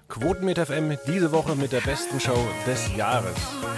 Quotenmeter FM diese Woche mit der besten Show des Jahres.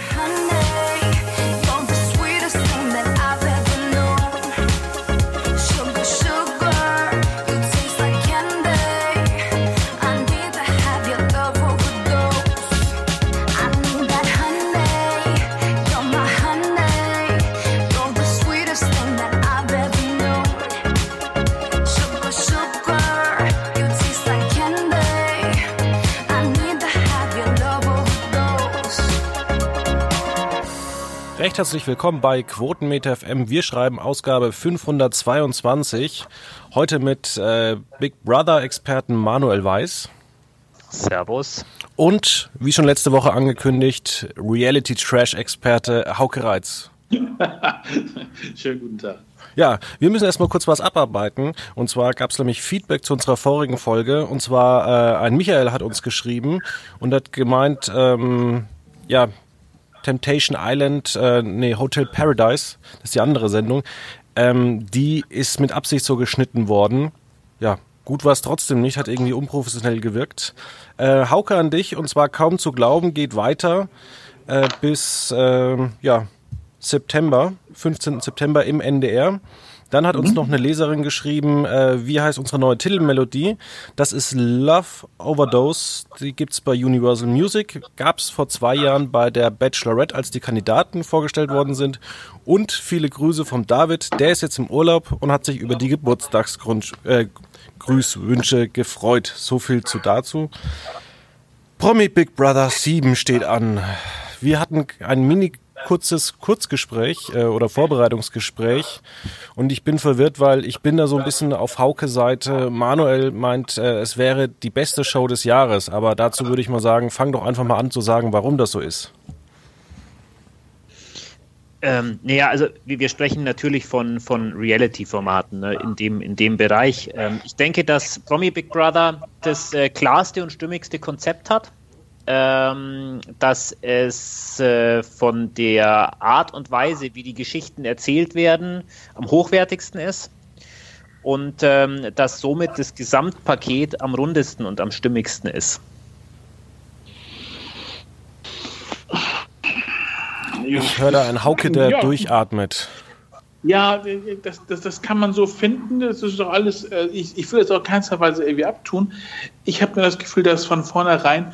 Recht herzlich willkommen bei Quotenmeter FM. Wir schreiben Ausgabe 522. Heute mit Big Brother-Experten Manuel Weiß. Servus. Und, wie schon letzte Woche angekündigt, Reality-Trash-Experte Hauke Reitz. Schönen guten Tag. Ja, wir müssen erstmal kurz was abarbeiten. Und zwar gab es nämlich Feedback zu unserer vorigen Folge. Und zwar ein Michael hat uns geschrieben und hat gemeint, Temptation Island, Hotel Paradise, das ist die andere Sendung, die ist mit Absicht so geschnitten worden. Ja, gut war es trotzdem nicht, hat irgendwie unprofessionell gewirkt. Hauke, an dich, und zwar kaum zu glauben, geht weiter bis September, 15. September im NDR. Dann hat uns noch eine Leserin geschrieben, wie heißt unsere neue Titelmelodie? Das ist Love Overdose, die gibt's bei Universal Music, gab's vor 2 Jahren bei der Bachelorette, als die Kandidaten vorgestellt worden sind. Und viele Grüße vom David, der ist jetzt im Urlaub und hat sich über die Geburtstagsgrüßwünsche gefreut. So viel dazu. Promi Big Brother 7 steht an. Wir hatten ein kurzgespräch oder Vorbereitungsgespräch und ich bin verwirrt, weil ich bin da so ein bisschen auf Hauke Seite. Manuel meint, es wäre die beste Show des Jahres, aber dazu würde ich mal sagen, fang doch einfach mal an zu sagen, warum das so ist. Also wir sprechen natürlich von Reality-Formaten, ne, in dem Bereich. Ich denke, dass Promi Big Brother das klarste und stimmigste Konzept hat. Dass es von der Art und Weise, wie die Geschichten erzählt werden, am hochwertigsten ist und dass somit das Gesamtpaket am rundesten und am stimmigsten ist. Ich höre da einen Hauke, der durchatmet. Ja, das kann man so finden, das ist doch alles, ich will das auch keinster Weise irgendwie abtun. Ich habe nur das Gefühl, dass von vornherein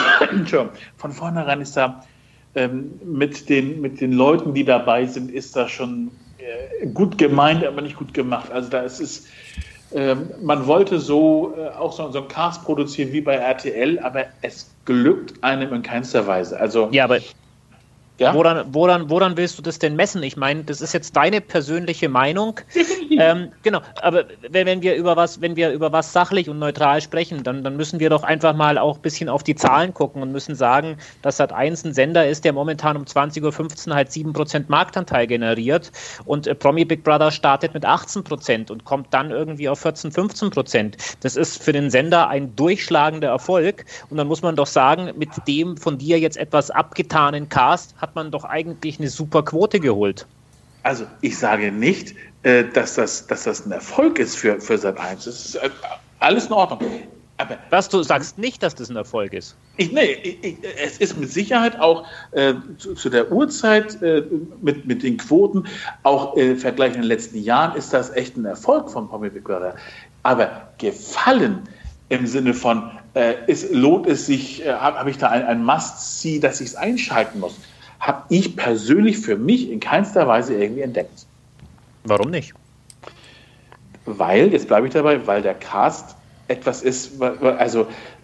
ist da mit den Leuten, die dabei sind, ist da schon gut gemeint, aber nicht gut gemacht. Also da ist es, man wollte auch so einen Cast produzieren wie bei RTL, aber es glückt einem in keinster Weise. Also, ja, aber ja? Woran willst du das denn messen? Ich meine, das ist jetzt deine persönliche Meinung. Genau, aber wenn wir über was sachlich und neutral sprechen, dann müssen wir doch einfach mal auch ein bisschen auf die Zahlen gucken und müssen sagen, dass Sat.1 ein Sender ist, der momentan um 20.15 Uhr halt 7% Marktanteil generiert und Promi Big Brother startet mit 18% und kommt dann irgendwie auf 14-15%. Das ist für den Sender ein durchschlagender Erfolg und dann muss man doch sagen, mit dem von dir jetzt etwas abgetanen Cast hat man doch eigentlich eine super Quote geholt. Also ich sage nicht, dass das ein Erfolg ist für Sat.1. Das ist alles in Ordnung. Aber was, du sagst nicht, dass das ein Erfolg ist? Es ist mit Sicherheit auch zu der Uhrzeit mit den Quoten, auch im Vergleich in den letzten Jahren, ist das echt ein Erfolg von Promi Big Brother. Aber gefallen im Sinne von, lohnt es sich, habe ich da ein Must-See, dass ich es einschalten muss, habe ich persönlich für mich in keinster Weise irgendwie entdeckt. Warum nicht? Weil, jetzt bleibe ich dabei, weil der Cast etwas ist, also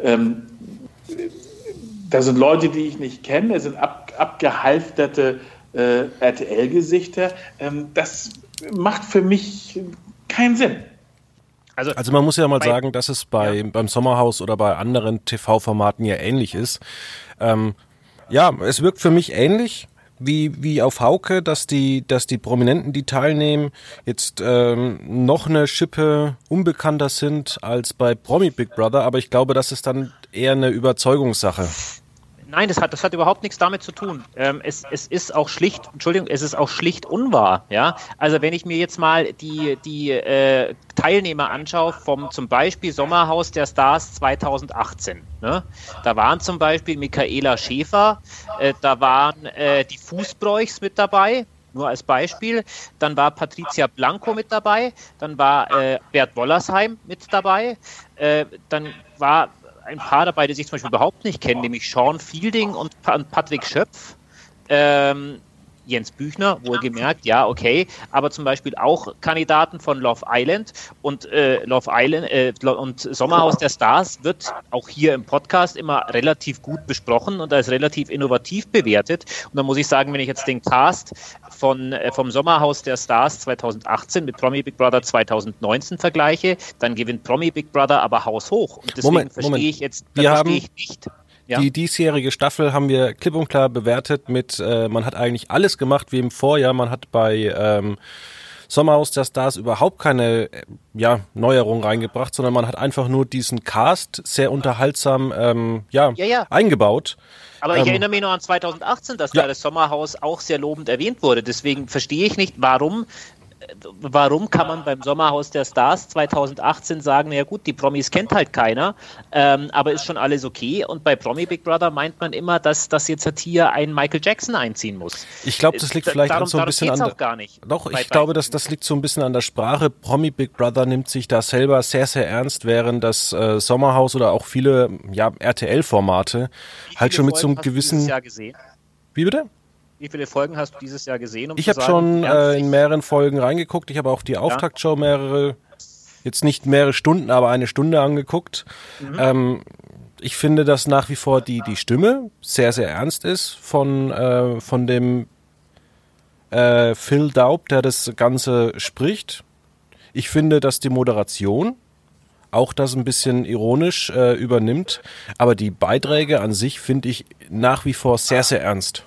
da sind Leute, die ich nicht kenne, es sind abgehalfterte RTL-Gesichter. Das macht für mich keinen Sinn. Also man muss ja mal sagen, dass es beim Sommerhaus oder bei anderen TV-Formaten ja ähnlich ist. Es wirkt für mich ähnlich wie auf Hauke, dass die Prominenten, die teilnehmen, jetzt noch eine Schippe unbekannter sind als bei Promi Big Brother, aber ich glaube, das ist dann eher eine Überzeugungssache. Nein, das hat überhaupt nichts damit zu tun. Es ist auch schlicht unwahr. Ja? Also wenn ich mir jetzt mal die Teilnehmer anschaue vom zum Beispiel Sommerhaus der Stars 2018. Ne? Da waren zum Beispiel Michaela Schäfer, da waren die Fußbräuchs mit dabei, nur als Beispiel. Dann war Patricia Blanco mit dabei, dann war Bert Wollersheim mit dabei, dann war ein Paar dabei, die sich zum Beispiel überhaupt nicht kennen, nämlich Sean Fielding und Patrick Schöpf. Jens Büchner, wohlgemerkt, ja, okay, aber zum Beispiel auch Kandidaten von Love Island und und Sommerhaus der Stars wird auch hier im Podcast immer relativ gut besprochen und als relativ innovativ bewertet. Und da muss ich sagen, wenn ich jetzt den Cast vom Sommerhaus der Stars 2018 mit Promi Big Brother 2019 vergleiche, dann gewinnt Promi Big Brother aber haushoch. Und deswegen verstehe ich nicht. Ja. Die diesjährige Staffel haben wir klipp und klar bewertet mit, man hat eigentlich alles gemacht wie im Vorjahr. Man hat bei Sommerhaus der Stars überhaupt keine Neuerung reingebracht, sondern man hat einfach nur diesen Cast sehr unterhaltsam eingebaut. Aber ich erinnere mich noch an 2018, dass da das Sommerhaus auch sehr lobend erwähnt wurde. Deswegen verstehe ich nicht, warum kann man beim Sommerhaus der Stars 2018 sagen, naja gut, die Promis kennt halt keiner, aber ist schon alles okay. Und bei Promi Big Brother meint man immer, dass jetzt hier ein Michael Jackson einziehen muss. Ich glaube, das liegt vielleicht auch so ein bisschen an gar nicht. Doch, ich glaube, das liegt so ein bisschen an der Sprache. Promi Big Brother nimmt sich da selber sehr, sehr ernst, während das Sommerhaus oder auch viele RTL-Formate halt schon mit so einem gewissen... Dieses Jahr gesehen? Wie bitte? Wie viele Folgen hast du dieses Jahr gesehen? Ich habe schon in mehreren Folgen reingeguckt. Ich habe auch die Auftaktshow jetzt nicht mehrere Stunden, aber eine Stunde angeguckt. Mhm. Ich finde, dass nach wie vor die Stimme sehr, sehr ernst ist von dem Phil Daub, der das Ganze spricht. Ich finde, dass die Moderation auch das ein bisschen ironisch übernimmt. Aber die Beiträge an sich finde ich nach wie vor sehr, sehr ernst.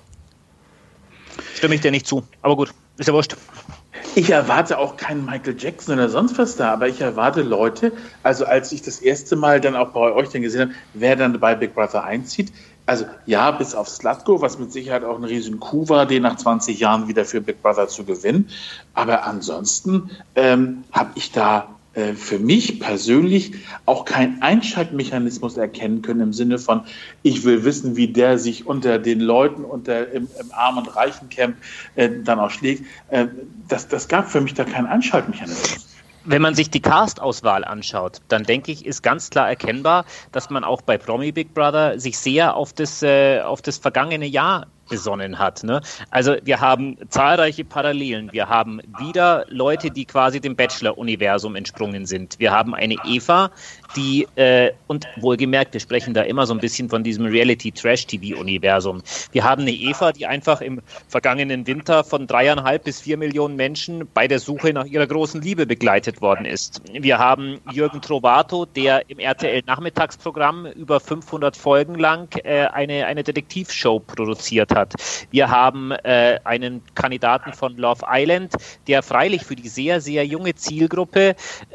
Stimme ich dir nicht zu, aber gut, ist ja wurscht. Ich erwarte auch keinen Michael Jackson oder sonst was da, aber ich erwarte Leute, also als ich das erste Mal dann auch bei euch dann gesehen habe, wer dann bei Big Brother einzieht, also ja, bis auf Slatko, was mit Sicherheit auch ein riesen Coup war, den nach 20 Jahren wieder für Big Brother zu gewinnen, aber ansonsten habe ich da für mich persönlich auch keinen Einschaltmechanismus erkennen können im Sinne von, ich will wissen, wie der sich unter den Leuten im Arm- und Reichencamp dann auch schlägt. Das gab für mich da keinen Einschaltmechanismus. Wenn man sich die Cast-Auswahl anschaut, dann denke ich, ist ganz klar erkennbar, dass man auch bei Promi Big Brother sich sehr auf das vergangene Jahr besonnen hat. Ne? Also wir haben zahlreiche Parallelen. Wir haben wieder Leute, die quasi dem Bachelor-Universum entsprungen sind. Wir haben eine Eva, die, und wohlgemerkt, wir sprechen da immer so ein bisschen von diesem Reality-Trash-TV-Universum. Wir haben eine Eva, die einfach im vergangenen Winter von 3,5 bis 4 Millionen Menschen bei der Suche nach ihrer großen Liebe begleitet worden ist. Wir haben Jürgen Trovato, der im RTL-Nachmittagsprogramm über 500 Folgen lang eine Detektivshow produziert hat. Wir haben einen Kandidaten von Love Island, der freilich für die sehr, sehr junge Zielgruppe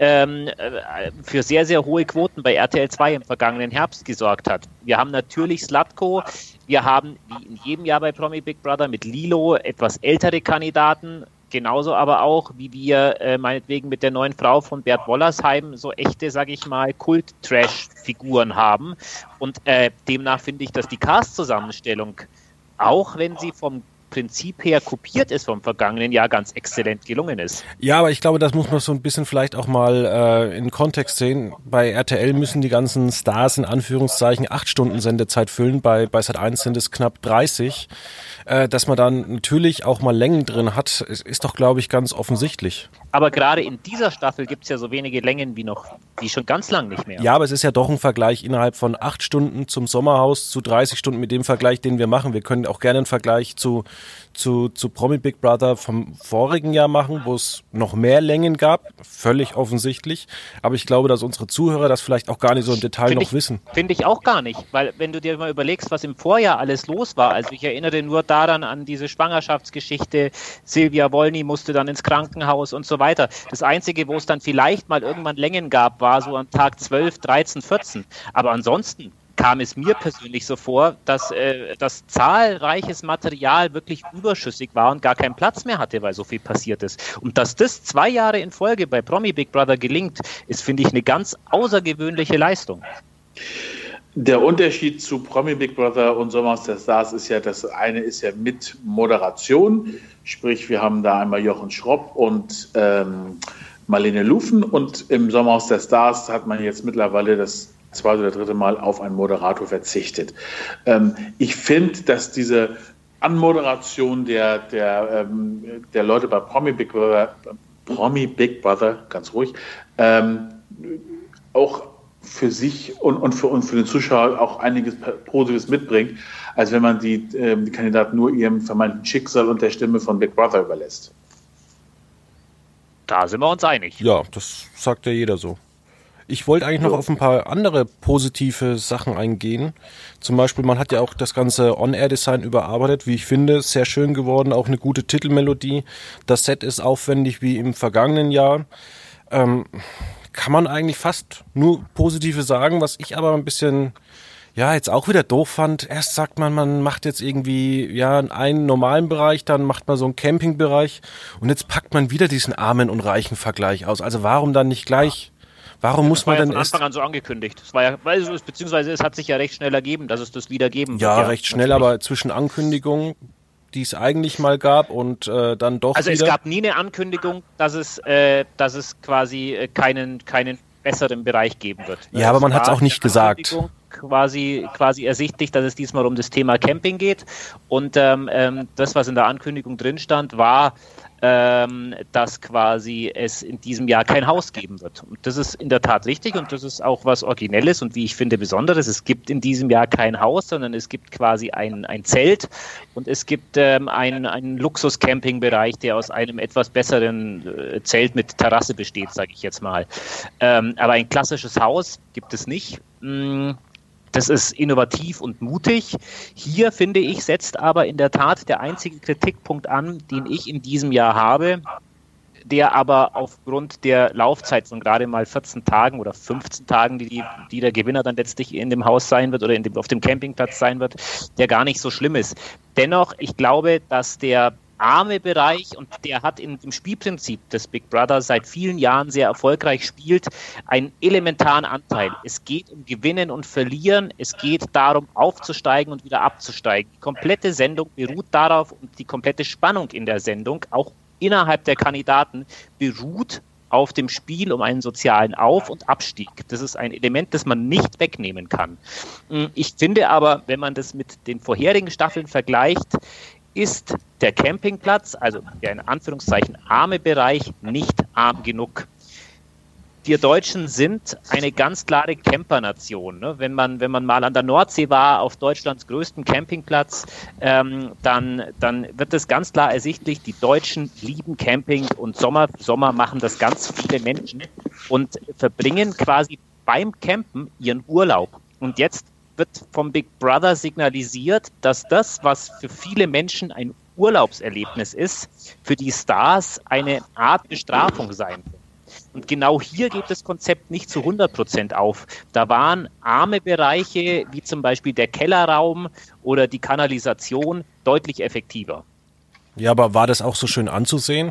für sehr, sehr hohe Quoten bei RTL 2 im vergangenen Herbst gesorgt hat. Wir haben natürlich Slatko, wir haben wie in jedem Jahr bei Promi Big Brother mit Lilo etwas ältere Kandidaten, genauso aber auch, wie wir meinetwegen mit der neuen Frau von Bert Wollersheim so echte, sage ich mal, Kult-Trash-Figuren haben. Und demnach finde ich, dass die Cast-Zusammenstellung, auch wenn sie vom Prinzip her kopiert ist vom vergangenen Jahr, ganz exzellent gelungen ist. Ja, aber ich glaube, das muss man so ein bisschen vielleicht auch mal in Kontext sehen. Bei RTL müssen die ganzen Stars in Anführungszeichen 8 Stunden Sendezeit füllen, bei Sat.1 sind es knapp 30. Dass man dann natürlich auch mal Längen drin hat, ist doch, glaube ich, ganz offensichtlich. Aber gerade in dieser Staffel gibt es ja so wenige Längen wie schon ganz lang nicht mehr. Ja, aber es ist ja doch ein Vergleich innerhalb von 8 Stunden zum Sommerhaus zu 30 Stunden mit dem Vergleich, den wir machen. Wir können auch gerne einen Vergleich zu Promi Big Brother vom vorigen Jahr machen, wo es noch mehr Längen gab, völlig offensichtlich. Aber ich glaube, dass unsere Zuhörer das vielleicht auch gar nicht so im Detail noch wissen. Finde ich auch gar nicht, weil wenn du dir mal überlegst, was im Vorjahr alles los war, also ich erinnere nur daran an diese Schwangerschaftsgeschichte, Silvia Wolny musste dann ins Krankenhaus und so weiter. Das Einzige, wo es dann vielleicht mal irgendwann Längen gab, war so am Tag 12, 13, 14. Aber ansonsten kam es mir persönlich so vor, dass zahlreiches Material wirklich überschüssig war und gar keinen Platz mehr hatte, weil so viel passiert ist. Und dass das 2 Jahre in Folge bei Promi Big Brother gelingt, ist, finde ich, eine ganz außergewöhnliche Leistung. Der Unterschied zu Promi Big Brother und Sommer aus der Stars ist ja, das eine ist ja mit Moderation, sprich wir haben da einmal Jochen Schropp und Marlene Lufen, und im Sommer aus der Stars hat man jetzt mittlerweile das 2. oder 3. Mal auf einen Moderator verzichtet. Ich finde, dass diese Anmoderation der Leute bei Promi Big Brother, ganz ruhig, auch für sich und für den Zuschauer auch einiges Positives mitbringt, als wenn man die Kandidaten nur ihrem vermeinten Schicksal und der Stimme von Big Brother überlässt. Da sind wir uns einig. Ja, das sagt ja jeder so. Ich wollte eigentlich noch auf ein paar andere positive Sachen eingehen. Zum Beispiel, man hat ja auch das ganze On-Air-Design überarbeitet, wie ich finde, sehr schön geworden, auch eine gute Titelmelodie. Das Set ist aufwendig wie im vergangenen Jahr. Kann man eigentlich fast nur Positive sagen, was ich aber ein bisschen, jetzt auch wieder doof fand. Erst sagt man macht jetzt irgendwie, einen normalen Bereich, dann macht man so einen Campingbereich und jetzt packt man wieder diesen armen und reichen Vergleich aus. Also warum dann nicht gleich? Warum muss man denn von Anfang an so angekündigt? Das war ja, beziehungsweise es hat sich ja recht schnell ergeben, dass es das wieder geben wird. Ja, recht schnell, natürlich. Aber zwischen Ankündigungen, die es eigentlich mal gab und dann doch Also wieder. Es gab nie eine Ankündigung, dass es quasi keinen besseren Bereich geben wird. Ja, aber man hat es auch nicht gesagt. Quasi ersichtlich, dass es diesmal um das Thema Camping geht. Und das, was in der Ankündigung drin stand, war, dass quasi es in diesem Jahr kein Haus geben wird. Und das ist in der Tat richtig und das ist auch was Originelles und wie ich finde Besonderes. Es gibt in diesem Jahr kein Haus, sondern es gibt quasi ein Zelt und es gibt einen Luxus-Camping-Bereich, der aus einem etwas besseren Zelt mit Terrasse besteht, sage ich jetzt mal. Aber ein klassisches Haus gibt es nicht. Das ist innovativ und mutig. Hier, finde ich, setzt aber in der Tat der einzige Kritikpunkt an, den ich in diesem Jahr habe, der aber aufgrund der Laufzeit von gerade mal 14 Tagen oder 15 Tagen, die der Gewinner dann letztlich in dem Haus sein wird oder auf dem Campingplatz sein wird, der gar nicht so schlimm ist. Dennoch, ich glaube, dass der arme Bereich, und der hat in dem Spielprinzip des Big Brother seit vielen Jahren sehr erfolgreich spielt, einen elementaren Anteil. Es geht um Gewinnen und Verlieren, es geht darum, aufzusteigen und wieder abzusteigen. Die komplette Sendung beruht darauf und die komplette Spannung in der Sendung, auch innerhalb der Kandidaten, beruht auf dem Spiel um einen sozialen Auf- und Abstieg. Das ist ein Element, das man nicht wegnehmen kann. Ich finde aber, wenn man das mit den vorherigen Staffeln vergleicht, ist der Campingplatz, also der in Anführungszeichen arme Bereich, nicht arm genug. Wir Deutschen sind eine ganz klare Campernation. Ne? Wenn man mal an der Nordsee war, auf Deutschlands größten Campingplatz, dann wird es ganz klar ersichtlich, die Deutschen lieben Camping und Sommer machen das ganz viele Menschen und verbringen quasi beim Campen ihren Urlaub. Und jetzt wird vom Big Brother signalisiert, dass das, was für viele Menschen ein Urlaubserlebnis ist, für die Stars eine Art Bestrafung sein wird. Und genau hier geht das Konzept nicht zu 100% auf. Da waren arme Bereiche, wie zum Beispiel der Kellerraum oder die Kanalisation, deutlich effektiver. Ja, aber war das auch so schön anzusehen?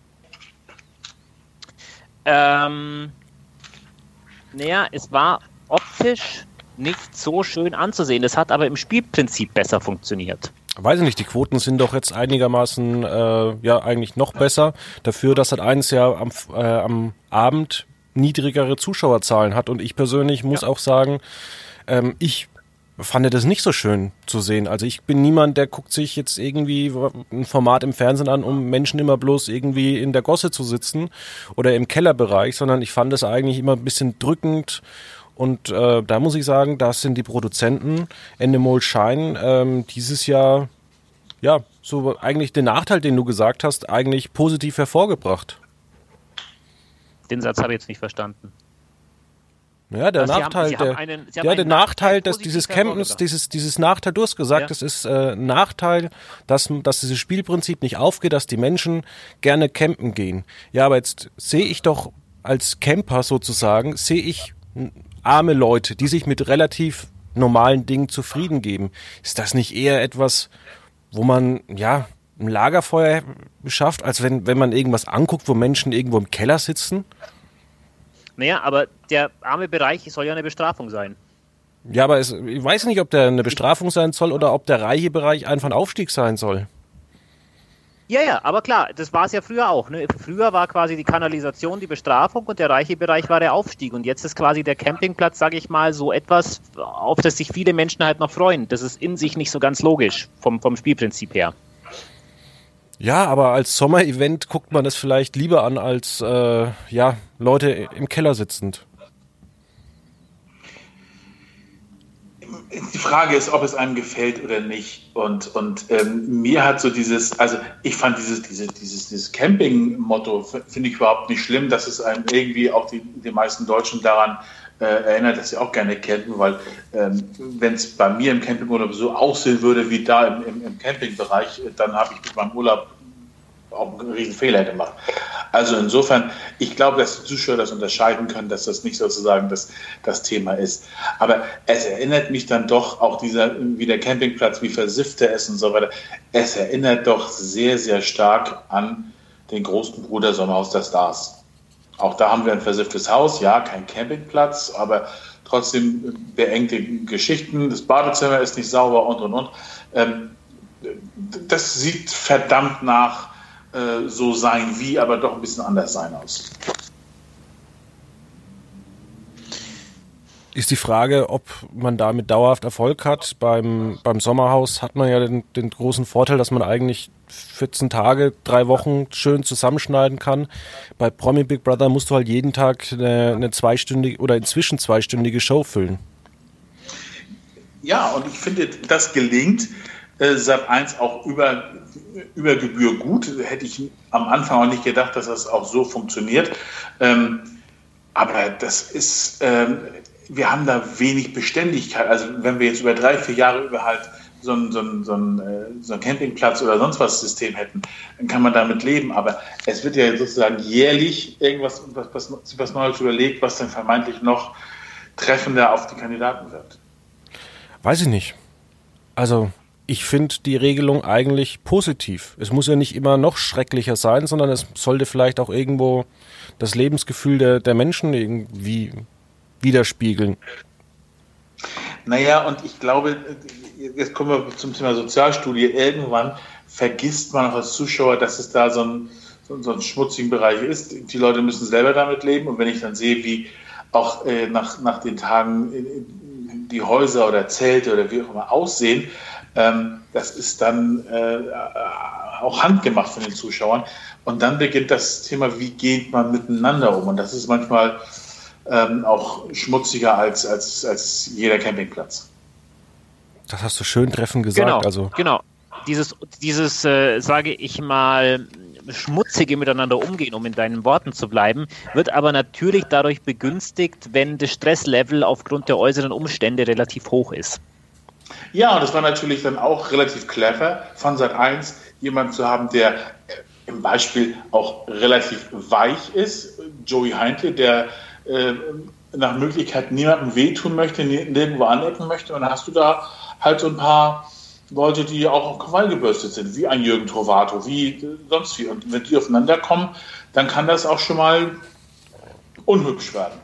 Es war optisch nicht so schön anzusehen. Das hat aber im Spielprinzip besser funktioniert. Weiß ich nicht, die Quoten sind doch jetzt einigermaßen eigentlich noch besser dafür, dass Sat.1 ja am Abend niedrigere Zuschauerzahlen hat. Und ich persönlich muss auch sagen, ich fand das nicht so schön zu sehen. Also ich bin niemand, der guckt sich jetzt irgendwie ein Format im Fernsehen an, um Menschen immer bloß irgendwie in der Gosse zu sitzen oder im Kellerbereich, sondern ich fand es eigentlich immer ein bisschen drückend. Und da muss ich sagen, da sind die Produzenten Endemol Shine dieses Jahr, so eigentlich den Nachteil, den du gesagt hast, eigentlich positiv hervorgebracht. Den Satz habe ich jetzt nicht verstanden. Ja, der Nachteil, dass dieses Campens, dieses Nachteil, du hast gesagt, das ist ein Nachteil, dass dieses Spielprinzip nicht aufgeht, dass die Menschen gerne campen gehen. Ja, aber jetzt sehe ich doch als Camper sozusagen, arme Leute, die sich mit relativ normalen Dingen zufrieden geben. Ist das nicht eher etwas, wo man, ja, ein Lagerfeuer schafft, als wenn man irgendwas anguckt, wo Menschen irgendwo im Keller sitzen? Naja, aber der arme Bereich soll ja eine Bestrafung sein. Ja, aber ich weiß nicht, ob der eine Bestrafung sein soll oder ob der reiche Bereich einfach ein Aufstieg sein soll. Ja, aber klar, das war es ja früher auch. Ne? Früher war quasi die Kanalisation die Bestrafung und der reiche Bereich war der Aufstieg. Und jetzt ist quasi der Campingplatz, sage ich mal, so etwas, auf das sich viele Menschen halt noch freuen. Das ist in sich nicht so ganz logisch vom Spielprinzip her. Ja, aber als Sommerevent guckt man es vielleicht lieber an als Leute im Keller sitzend. Die Frage ist, ob es einem gefällt oder nicht. Und mir hat so ich fand dieses Camping-Motto finde ich überhaupt nicht schlimm, dass es einem irgendwie auch die meisten Deutschen daran erinnert, dass sie auch gerne campen, weil wenn es bei mir im Campingurlaub so aussehen würde wie da im Campingbereich, dann habe ich mit meinem Urlaub auch einen riesen Fehler gemacht. Also insofern, ich glaube, dass die Zuschauer das unterscheiden können, dass das nicht sozusagen das Thema ist. Aber es erinnert mich dann doch auch wie der Campingplatz, wie versifft er ist und so weiter. Es erinnert doch sehr, sehr stark an den großen Bruder Sommerhaus der Stars. Auch da haben wir ein versifftes Haus, ja, kein Campingplatz, aber trotzdem beengte Geschichten. Das Badezimmer ist nicht sauber und. Das sieht verdammt nach so sein wie, aber doch ein bisschen anders sein aus. Ist die Frage, ob man damit dauerhaft Erfolg hat. Beim Sommerhaus hat man ja den großen Vorteil, dass man eigentlich 14 Tage, 3 Wochen schön zusammenschneiden kann. Bei Promi Big Brother musst du halt jeden Tag eine zweistündige oder inzwischen zweistündige Show füllen. Ja, und ich finde, das gelingt Sat.1 auch über Gebühr gut. Hätte ich am Anfang auch nicht gedacht, dass das auch so funktioniert. Aber das ist, wir haben da wenig Beständigkeit. Also wenn wir jetzt über 3-4 Jahre über halt so ein Campingplatz oder sonst was System hätten, dann kann man damit leben. Aber es wird ja sozusagen jährlich was Neues überlegt, was dann vermeintlich noch treffender auf die Kandidaten wird. Weiß ich nicht. Also ich finde die Regelung eigentlich positiv. Es muss ja nicht immer noch schrecklicher sein, sondern es sollte vielleicht auch irgendwo das Lebensgefühl der Menschen irgendwie widerspiegeln. Naja, und ich glaube, jetzt kommen wir zum Thema Sozialstudie. Irgendwann vergisst man auch als Zuschauer, dass es da so ein schmutzigen Bereich ist. Die Leute müssen selber damit leben. Und wenn ich dann sehe, wie auch nach den Tagen die Häuser oder Zelte oder wie auch immer aussehen, das ist dann auch handgemacht von den Zuschauern. Und dann beginnt das Thema, wie geht man miteinander um? Und das ist manchmal auch schmutziger als jeder Campingplatz. Das hast du schön treffend gesagt. Genau. Dieses sage ich mal, schmutzige miteinander umgehen, um in deinen Worten zu bleiben, wird aber natürlich dadurch begünstigt, wenn das Stresslevel aufgrund der äußeren Umstände relativ hoch ist. Ja, und das war natürlich dann auch relativ clever von Sat.1, jemanden zu haben, der im Beispiel auch relativ weich ist. Joey Heintke, der nach Möglichkeit niemandem wehtun möchte, nirgendwo anecken möchte. Und dann hast du da halt so ein paar Leute, die auch auf Krawall gebürstet sind, wie ein Jürgen Trovato, wie sonst wie. Und wenn die aufeinander kommen, dann kann das auch schon mal unhübsch werden.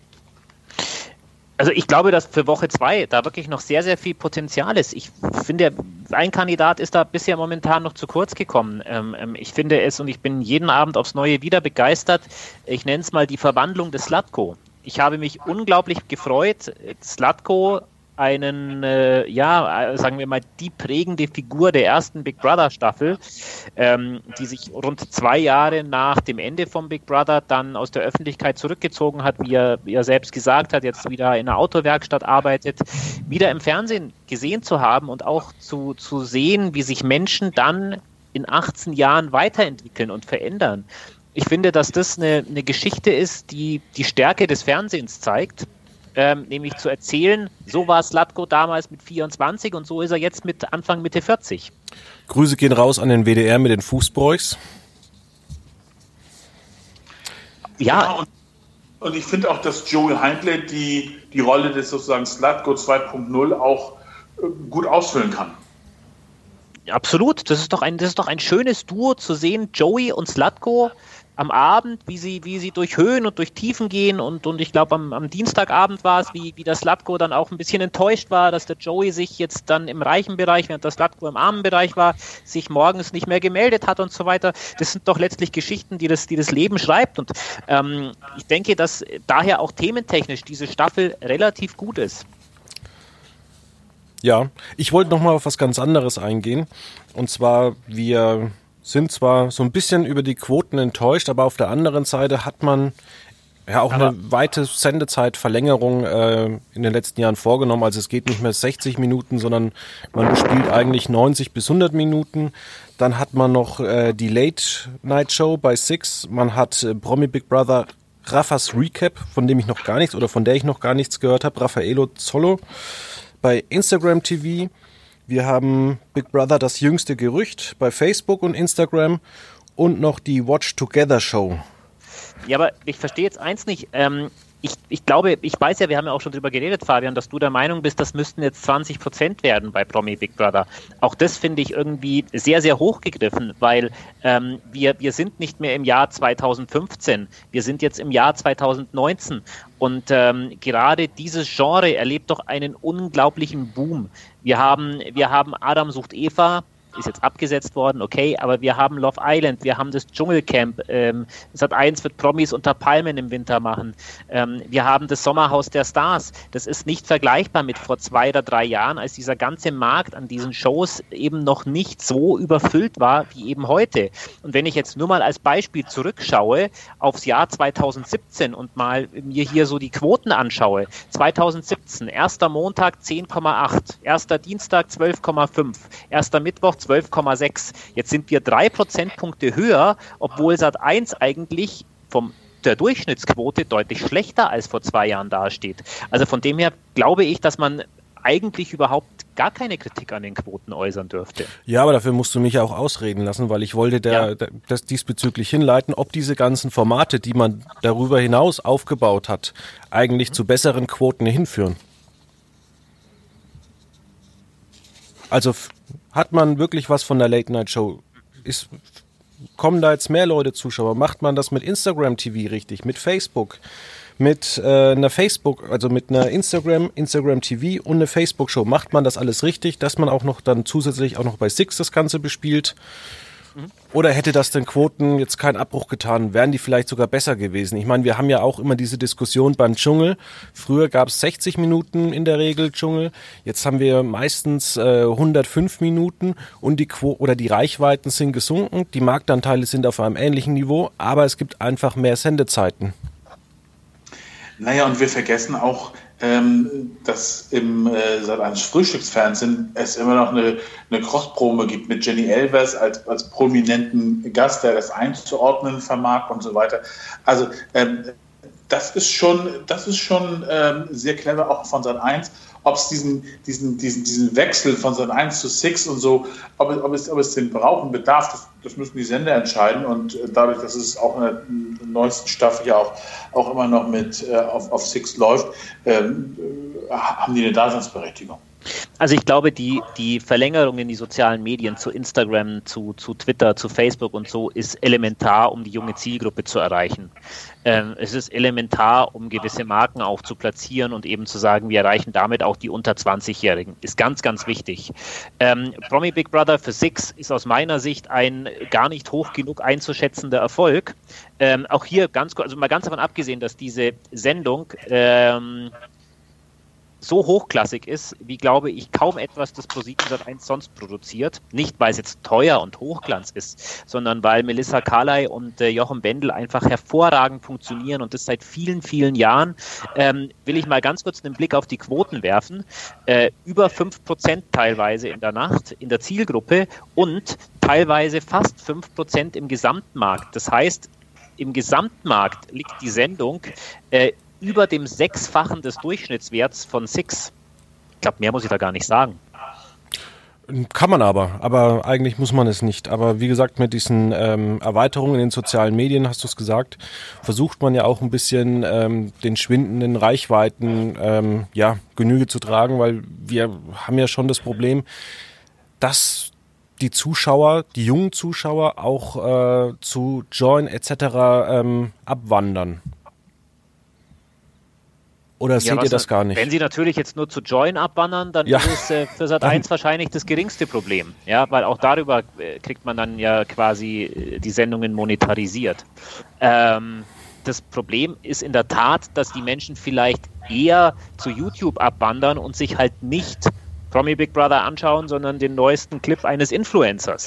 Also ich glaube, dass für Woche 2 da wirklich noch sehr, sehr viel Potenzial ist. Ich finde, ein Kandidat ist da bisher momentan noch zu kurz gekommen. Ich finde es, und ich bin jeden Abend aufs Neue wieder begeistert, ich nenne es mal die Verwandlung des Zlatko. Ich habe mich unglaublich gefreut, Zlatko sagen wir mal, die prägende Figur der ersten Big Brother Staffel, die sich rund 2 Jahre nach dem Ende vom Big Brother dann aus der Öffentlichkeit zurückgezogen hat, wie er selbst gesagt hat, jetzt wieder in einer Autowerkstatt arbeitet, wieder im Fernsehen gesehen zu haben und auch zu sehen, wie sich Menschen dann in 18 Jahren weiterentwickeln und verändern. Ich finde, dass das eine Geschichte ist, die die Stärke des Fernsehens zeigt. Nämlich zu erzählen, so war Zlatko damals mit 24 und so ist er jetzt mit Anfang Mitte 40. Grüße gehen raus an den WDR mit den Fußbräuchs. Ja. Und ich finde auch, dass Joey Hindley die Rolle des sozusagen Zlatko 2.0 auch gut ausfüllen kann. Absolut, das ist doch ein schönes Duo zu sehen, Joey und Zlatko am Abend, wie sie durch Höhen und durch Tiefen gehen und ich glaube am Dienstagabend war es, wie der Zlatko dann auch ein bisschen enttäuscht war, dass der Joey sich jetzt dann im reichen Bereich, während der Zlatko im armen Bereich war, sich morgens nicht mehr gemeldet hat und so weiter. Das sind doch letztlich Geschichten, die das Leben schreibt und ich denke, dass daher auch thementechnisch diese Staffel relativ gut ist. Ja, ich wollte nochmal auf was ganz anderes eingehen und zwar, wir sind zwar so ein bisschen über die Quoten enttäuscht, aber auf der anderen Seite hat man ja auch eine weite Sendezeitverlängerung in den letzten Jahren vorgenommen. Also es geht nicht mehr 60 Minuten, sondern man bespielt eigentlich 90 bis 100 Minuten. Dann hat man noch die Late-Night-Show bei Six. Man hat Promi Big Brother Raffas Recap, von der ich noch gar nichts gehört habe, Raffaello Zollo bei Instagram TV. Wir haben Big Brother das jüngste Gerücht bei Facebook und Instagram und noch die Watch Together Show. Ja, aber ich verstehe jetzt eins nicht. Ich glaube, ich weiß ja, wir haben ja auch schon drüber geredet, Fabian, dass du der Meinung bist, das müssten jetzt 20% werden bei Promi Big Brother. Auch das finde ich irgendwie sehr, sehr hochgegriffen, weil wir sind nicht mehr im Jahr 2015, wir sind jetzt im Jahr 2019 und gerade dieses Genre erlebt doch einen unglaublichen Boom. Wir haben Adam sucht Eva, ist jetzt abgesetzt worden, okay, aber wir haben Love Island, wir haben das Dschungelcamp, Sat.1 wird Promis unter Palmen im Winter machen, wir haben das Sommerhaus der Stars, das ist nicht vergleichbar mit vor 2 oder 3 Jahren, als dieser ganze Markt an diesen Shows eben noch nicht so überfüllt war wie eben heute. Und wenn ich jetzt nur mal als Beispiel zurückschaue aufs Jahr 2017 und mal mir hier so die Quoten anschaue, 2017, erster Montag 10,8, erster Dienstag 12,5, erster Mittwoch 12,6. Jetzt sind wir 3 Prozentpunkte höher, obwohl Sat.1 eigentlich der Durchschnittsquote deutlich schlechter als vor 2 Jahren dasteht. Also von dem her glaube ich, dass man eigentlich überhaupt gar keine Kritik an den Quoten äußern dürfte. Ja, aber dafür musst du mich ja auch ausreden lassen, weil ich wollte das diesbezüglich hinleiten, ob diese ganzen Formate, die man darüber hinaus aufgebaut hat, eigentlich zu besseren Quoten hinführen. Also hat man wirklich was von der Late-Night-Show? Kommen da jetzt mehr Leute Zuschauer? Macht man das mit Instagram TV richtig? Mit Facebook? Mit einer Instagram TV und eine Facebook-Show? Macht man das alles richtig, dass man auch noch dann zusätzlich auch noch bei Six das Ganze bespielt? Oder hätte das den Quoten jetzt keinen Abbruch getan? Wären die vielleicht sogar besser gewesen? Ich meine, wir haben ja auch immer diese Diskussion beim Dschungel. Früher gab es 60 Minuten in der Regel Dschungel. Jetzt haben wir meistens 105 Minuten und die Reichweiten sind gesunken. Die Marktanteile sind auf einem ähnlichen Niveau, aber es gibt einfach mehr Sendezeiten. Naja, und wir vergessen auch, dass im Sat.1 Frühstücksfernsehen es immer noch eine Cross-Promo gibt mit Jenny Elvers als prominenten Gast, der das einzuordnen vermag und so weiter. Also das ist schon sehr clever auch von Sat.1. Ob es diesen Wechsel von Sat.1 zu Six und so, ob es den brauchen bedarf, das müssen die Sender entscheiden. Und dadurch, dass es auch in der neuesten Staffel ja auch immer noch mit auf Six läuft, haben die eine Daseinsberechtigung. Also ich glaube, die Verlängerung in die sozialen Medien zu Instagram, zu Twitter, zu Facebook und so ist elementar, um die junge Zielgruppe zu erreichen. Es ist elementar, um gewisse Marken auch zu platzieren und eben zu sagen, wir erreichen damit auch die unter 20-Jährigen. Ist ganz, ganz wichtig. Promi Big Brother für Six ist aus meiner Sicht ein gar nicht hoch genug einzuschätzender Erfolg. Auch hier mal ganz davon abgesehen, dass diese Sendung so hochklassig ist, wie, glaube ich, kaum etwas, das ProSieben Sat.1 sonst produziert. Nicht, weil es jetzt teuer und Hochglanz ist, sondern weil Melissa Carley und Jochen Bendel einfach hervorragend funktionieren und das seit vielen, vielen Jahren. Will ich mal ganz kurz einen Blick auf die Quoten werfen. Über 5% teilweise in der Nacht in der Zielgruppe und teilweise fast 5% im Gesamtmarkt. Das heißt, im Gesamtmarkt liegt die Sendung über dem 6-fachen des Durchschnittswerts von Six. Ich glaube, mehr muss ich da gar nicht sagen. Kann man aber eigentlich muss man es nicht. Aber wie gesagt, mit diesen Erweiterungen in den sozialen Medien, hast du es gesagt, versucht man ja auch ein bisschen den schwindenden Reichweiten Genüge zu tragen, weil wir haben ja schon das Problem, dass die Zuschauer, die jungen Zuschauer auch zu Join etc. Abwandern. Oder seht ihr das gar nicht? Wenn sie natürlich jetzt nur zu Join abwandern, dann ist es für Sat.1 wahrscheinlich das geringste Problem. Ja, weil auch darüber kriegt man dann ja quasi die Sendungen monetarisiert. Das Problem ist in der Tat, dass die Menschen vielleicht eher zu YouTube abwandern und sich halt nicht Promi Big Brother anschauen, sondern den neuesten Clip eines Influencers.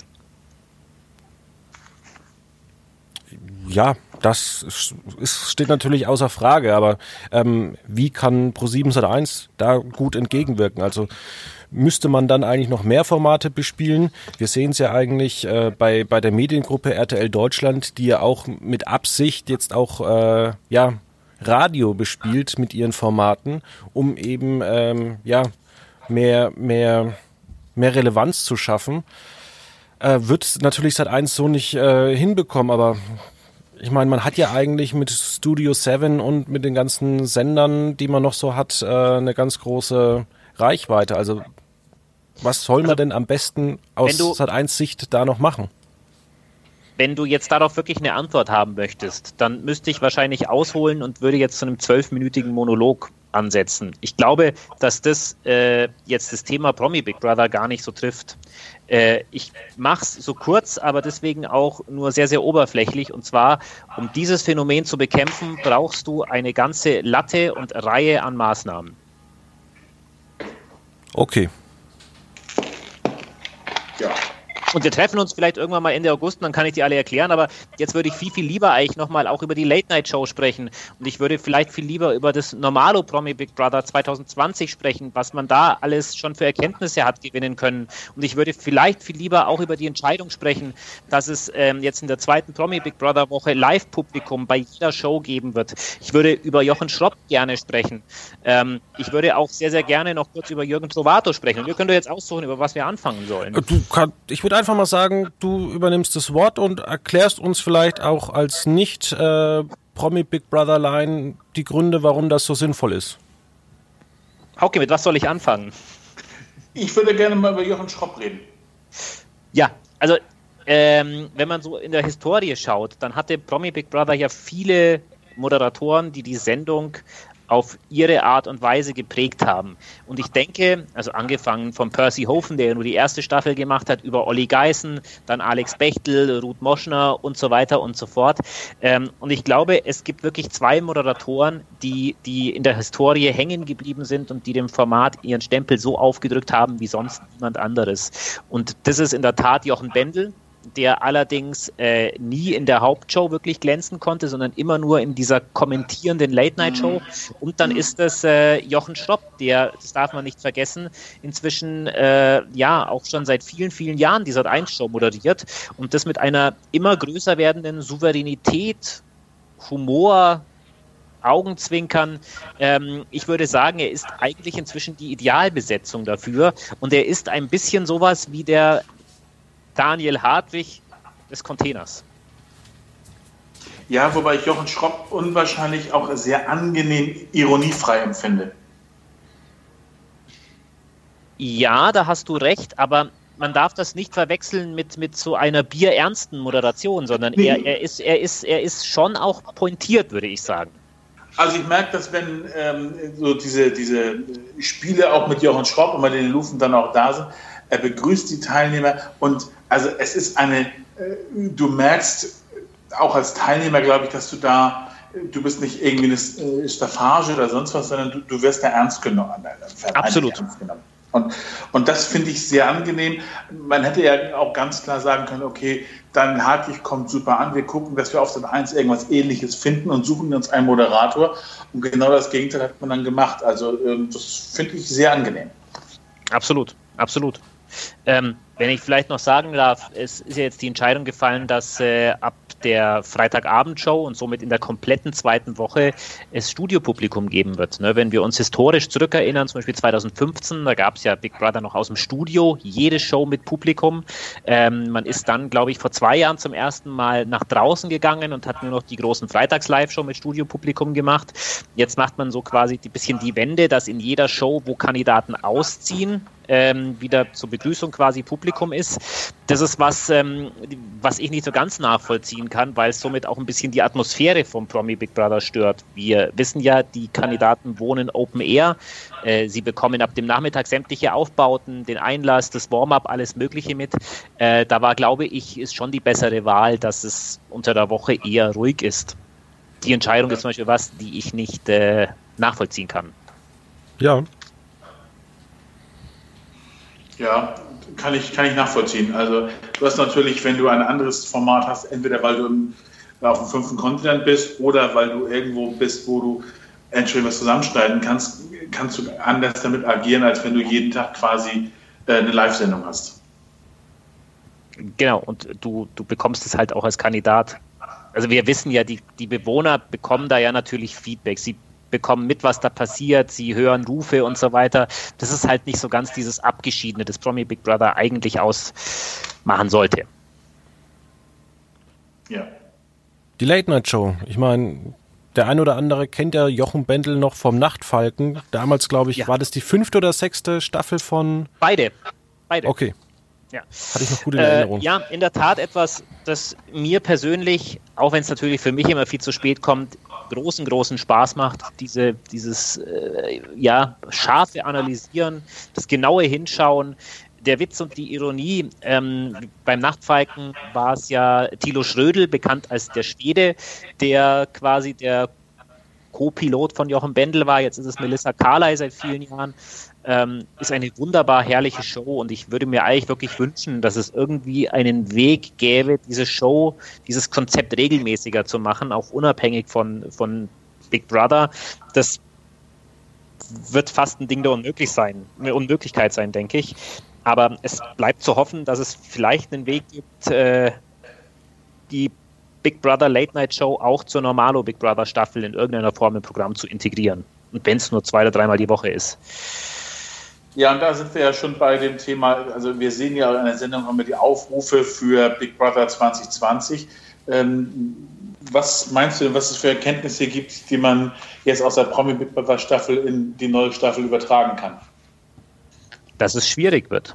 Ja, das steht natürlich außer Frage, aber wie kann ProSieben Sat.1 da gut entgegenwirken? Also müsste man dann eigentlich noch mehr Formate bespielen? Wir sehen es ja eigentlich bei der Mediengruppe RTL Deutschland, die ja auch mit Absicht jetzt auch Radio bespielt mit ihren Formaten, um eben mehr Relevanz zu schaffen. Wird natürlich Sat.1 so nicht hinbekommen, aber ich meine, man hat ja eigentlich mit Studio 7 und mit den ganzen Sendern, die man noch so hat, eine ganz große Reichweite. Also was soll man denn am besten aus Sat.1 Sicht da noch machen? Wenn du jetzt darauf wirklich eine Antwort haben möchtest, dann müsste ich wahrscheinlich ausholen und würde jetzt zu einem 12-minütigen Monolog ansetzen. Ich glaube, dass das jetzt das Thema Promi Big Brother gar nicht so trifft. Ich mache es so kurz, aber deswegen auch nur sehr, sehr oberflächlich. Und zwar, um dieses Phänomen zu bekämpfen, brauchst du eine ganze Latte und Reihe an Maßnahmen. Okay. Ja. Und wir treffen uns vielleicht irgendwann mal Ende August und dann kann ich die alle erklären, aber jetzt würde ich viel, viel lieber eigentlich nochmal auch über die Late-Night-Show sprechen und ich würde vielleicht viel lieber über das Normalo Promi Big Brother 2020 sprechen, was man da alles schon für Erkenntnisse hat gewinnen können und ich würde vielleicht viel lieber auch über die Entscheidung sprechen, dass es jetzt in der zweiten Promi Big Brother Woche Live-Publikum bei jeder Show geben wird. Ich würde über Jochen Schropp gerne sprechen. Ich würde auch sehr, sehr gerne noch kurz über Jürgen Trovato sprechen und wir können jetzt aussuchen, über was wir anfangen sollen. Ich würde einfach mal sagen, du übernimmst das Wort und erklärst uns vielleicht auch als nicht Promi Big Brother Line die Gründe, warum das so sinnvoll ist. Hauke, mit was soll ich anfangen? Ich würde gerne mal über Jochen Schropp reden. Ja, also wenn man so in der Historie schaut, dann hatte Promi Big Brother ja viele Moderatoren, die die Sendung auf ihre Art und Weise geprägt haben. Und ich denke, also angefangen von Percy Hofen, der nur die erste Staffel gemacht hat, über Olli Geißen, dann Alex Bechtel, Ruth Moschner und so weiter und so fort. Und ich glaube, es gibt wirklich zwei Moderatoren, die in der Historie hängen geblieben sind und die dem Format ihren Stempel so aufgedrückt haben wie sonst niemand anderes. Und das ist in der Tat Jochen Bendel, der allerdings nie in der Hauptshow wirklich glänzen konnte, sondern immer nur in dieser kommentierenden Late-Night-Show. Und dann ist es Jochen Schropp, der, das darf man nicht vergessen, inzwischen auch schon seit vielen, vielen Jahren die Sat.1-Show moderiert und das mit einer immer größer werdenden Souveränität, Humor, Augenzwinkern. Ich würde sagen, er ist eigentlich inzwischen die Idealbesetzung dafür und er ist ein bisschen sowas wie der Daniel Hartwig des Containers. Ja, wobei ich Jochen Schropp unwahrscheinlich auch sehr angenehm ironiefrei empfinde. Ja, da hast du recht, aber man darf das nicht verwechseln mit so einer bierernsten Moderation, sondern er ist schon auch pointiert, würde ich sagen. Also ich merke, dass wenn so diese Spiele auch mit Jochen Schropp und bei den Lufen dann auch da sind, er begrüßt die Teilnehmer und also es ist du merkst auch als Teilnehmer, glaube ich, dass du bist nicht irgendwie eine Staffage oder sonst was, sondern du wirst da ernst genommen. Absolut. Ernst genommen. Und das finde ich sehr angenehm. Man hätte ja auch ganz klar sagen können, okay, dann Hartwig kommt super an, wir gucken, dass wir auf Sat.1 irgendwas Ähnliches finden und suchen uns einen Moderator. Und genau das Gegenteil hat man dann gemacht. Also das finde ich sehr angenehm. Absolut, absolut. Wenn ich vielleicht noch sagen darf, es ist ja jetzt die Entscheidung gefallen, dass ab der Freitagabendshow und somit in der kompletten zweiten Woche es Studiopublikum geben wird. Ne? Wenn wir uns historisch zurückerinnern, zum Beispiel 2015, da gab es ja Big Brother noch aus dem Studio, jede Show mit Publikum. Man ist dann, glaube ich, vor 2 Jahren zum ersten Mal nach draußen gegangen und hat nur noch die großen Freitags-Live-Show mit Studiopublikum gemacht. Jetzt macht man so quasi ein bisschen die Wende, dass in jeder Show, wo Kandidaten ausziehen, wieder zur Begrüßung quasi Publikum ist. Das ist was ich nicht so ganz nachvollziehen kann, weil es somit auch ein bisschen die Atmosphäre vom Promi Big Brother stört. Wir wissen ja, die Kandidaten wohnen Open Air. Sie bekommen ab dem Nachmittag sämtliche Aufbauten, den Einlass, das Warm-up, alles Mögliche mit. Da war, glaube ich, ist schon die bessere Wahl, dass es unter der Woche eher ruhig ist. Die Entscheidung ist zum Beispiel was, die ich nicht nachvollziehen kann. Ja. Ja, kann ich nachvollziehen. Also du hast natürlich, wenn du ein anderes Format hast, entweder weil du auf dem 5. Kontinent bist oder weil du irgendwo bist, wo du entsprechend was zusammenschneiden kannst du anders damit agieren, als wenn du jeden Tag quasi eine Live-Sendung hast. Genau, und du bekommst es halt auch als Kandidat. Also wir wissen ja, die Bewohner bekommen da ja natürlich Feedback. Sie bekommen mit, was da passiert, sie hören Rufe und so weiter. Das ist halt nicht so ganz dieses Abgeschiedene, das Promi Big Brother eigentlich ausmachen sollte. Ja. Die Late-Night-Show. Ich meine, der ein oder andere kennt ja Jochen Bendel noch vom Nachtfalken. Damals, glaube ich, war das die 5. oder 6. Staffel von... Beide. Okay. Ja. Hatte ich noch gut in Erinnerung. Ja, in der Tat etwas, das mir persönlich, auch wenn es natürlich für mich immer viel zu spät kommt, großen Spaß macht, dieses scharfe Analysieren, das genaue Hinschauen, der Witz und die Ironie. Beim Nachtfalken war es ja Thilo Schrödel, bekannt als der Schwede, der quasi der Co-Pilot von Jochen Bendel war. Jetzt ist es Melissa Carley seit vielen Jahren. Ist eine wunderbar herrliche Show und ich würde mir eigentlich wirklich wünschen, dass es irgendwie einen Weg gäbe, diese Show, dieses Konzept regelmäßiger zu machen, auch unabhängig von Big Brother. Das wird fast ein Ding der Unmöglichkeit sein, denke ich. Aber es bleibt zu hoffen, dass es vielleicht einen Weg gibt, die Big Brother Late Night Show auch zur Normalo Big Brother Staffel in irgendeiner Form im Programm zu integrieren. Und wenn es nur 2 oder 3 Mal die Woche ist. Ja, und da sind wir ja schon bei dem Thema, also wir sehen ja in der Sendung haben wir die Aufrufe für Big Brother 2020. Was meinst du, was es für Erkenntnisse gibt, die man jetzt aus der Promi Big Brother Staffel in die neue Staffel übertragen kann? Dass es schwierig wird.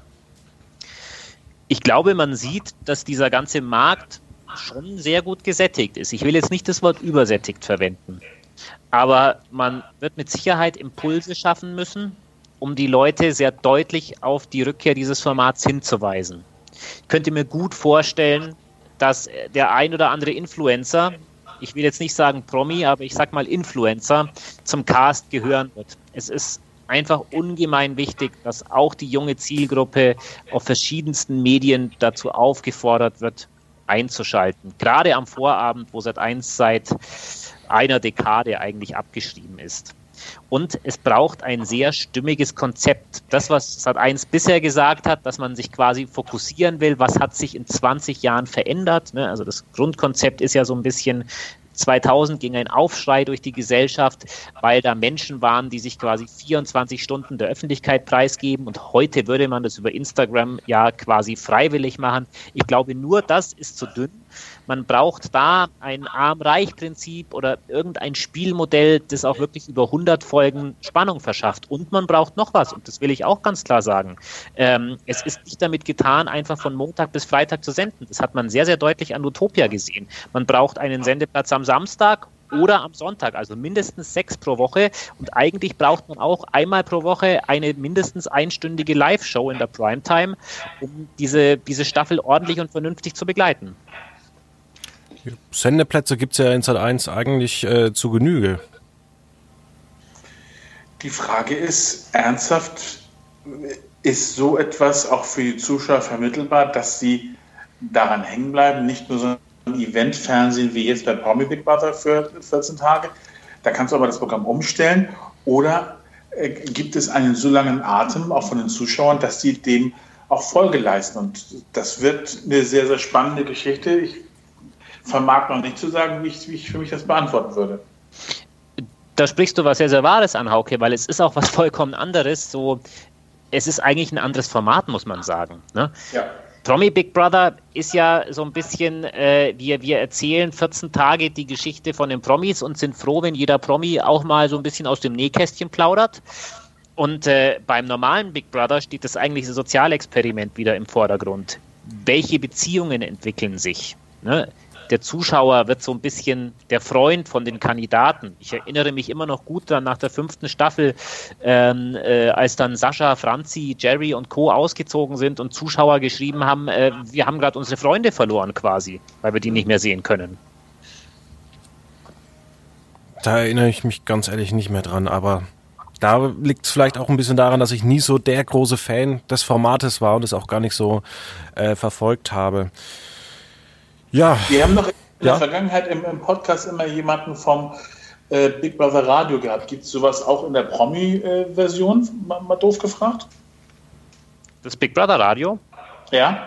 Ich glaube, man sieht, dass dieser ganze Markt schon sehr gut gesättigt ist. Ich will jetzt nicht das Wort übersättigt verwenden, aber man wird mit Sicherheit Impulse schaffen müssen, um die Leute sehr deutlich auf die Rückkehr dieses Formats hinzuweisen. Ich könnte mir gut vorstellen, dass der ein oder andere Influencer, ich will jetzt nicht sagen Promi, aber ich sag mal Influencer, zum Cast gehören wird. Es ist einfach ungemein wichtig, dass auch die junge Zielgruppe auf verschiedensten Medien dazu aufgefordert wird, einzuschalten. Gerade am Vorabend, wo Sat.1 seit einer Dekade eigentlich abgeschrieben ist. Und es braucht ein sehr stimmiges Konzept. Das, was Sat.1 bisher gesagt hat, dass man sich quasi fokussieren will, was hat sich in 20 Jahren verändert. Ne? Also das Grundkonzept ist ja so ein bisschen, 2000 ging ein Aufschrei durch die Gesellschaft, weil da Menschen waren, die sich quasi 24 Stunden der Öffentlichkeit preisgeben und heute würde man das über Instagram ja quasi freiwillig machen. Ich glaube, nur das ist zu dünn. Man braucht da ein Arm-Reich-Prinzip oder irgendein Spielmodell, das auch wirklich über 100 Folgen Spannung verschafft. Und man braucht noch was, und das will ich auch ganz klar sagen. Es ist nicht damit getan, einfach von Montag bis Freitag zu senden. Das hat man sehr, sehr deutlich an Utopia gesehen. Man braucht einen Sendeplatz am Samstag oder am Sonntag, also mindestens 6 pro Woche. Und eigentlich braucht man auch einmal pro Woche eine mindestens einstündige Live-Show in der Primetime, um diese Staffel ordentlich und vernünftig zu begleiten. Sendeplätze gibt es ja in Sat.1 eigentlich zu Genüge. Die Frage ist, ernsthaft, ist so etwas auch für die Zuschauer vermittelbar, dass sie daran hängen bleiben, nicht nur so ein Event-Fernsehen wie jetzt bei Promi Big Brother für 14 Tage, da kannst du aber das Programm umstellen, oder gibt es einen so langen Atem auch von den Zuschauern, dass sie dem auch Folge leisten, und das wird eine sehr, sehr spannende Geschichte. Ich vermag noch nicht zu sagen, wie ich für mich das beantworten würde. Da sprichst du was sehr, sehr Wahres an, Hauke, weil es ist auch was vollkommen anderes. So, es ist eigentlich ein anderes Format, muss man sagen. Ne? Ja. Promi Big Brother ist ja so ein bisschen, wir erzählen 14 Tage die Geschichte von den Promis und sind froh, wenn jeder Promi auch mal so ein bisschen aus dem Nähkästchen plaudert. Und beim normalen Big Brother steht das eigentliche Sozialexperiment wieder im Vordergrund. Welche Beziehungen entwickeln sich? Ne? Der Zuschauer wird so ein bisschen der Freund von den Kandidaten. Ich erinnere mich immer noch gut dann nach der 5. Staffel, als dann Sascha, Franzi, Jerry und Co. ausgezogen sind und Zuschauer geschrieben haben, wir haben gerade unsere Freunde verloren quasi, weil wir die nicht mehr sehen können. Da erinnere ich mich ganz ehrlich nicht mehr dran, aber da liegt es vielleicht auch ein bisschen daran, dass ich nie so der große Fan des Formates war und es auch gar nicht so verfolgt habe. Ja. Wir haben noch in der Vergangenheit im Podcast immer jemanden vom Big Brother Radio gehabt. Gibt es sowas auch in der Promi-Version? Mal doof gefragt. Das Big Brother Radio? Ja.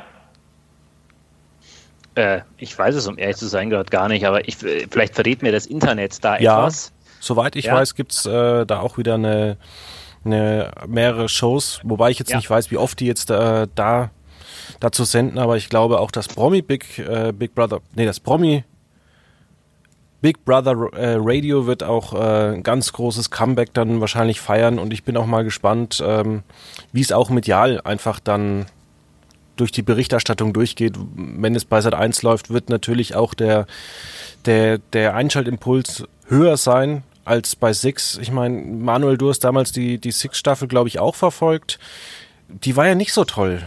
Ich weiß es, um ehrlich zu sein, gerade gar nicht, aber vielleicht verrät mir das Internet da etwas. Soweit ich weiß, gibt es da auch wieder mehrere Shows, wobei ich jetzt nicht weiß, wie oft die jetzt dazu senden, aber ich glaube auch, das Promi Big Brother Radio wird auch ein ganz großes Comeback dann wahrscheinlich feiern und ich bin auch mal gespannt, wie es auch medial einfach dann durch die Berichterstattung durchgeht. Wenn es bei Sat.1 läuft, wird natürlich auch der Einschaltimpuls höher sein als bei Six. Ich meine, Manuel, du hast damals die Six-Staffel, glaube ich, auch verfolgt. Die war ja nicht so toll.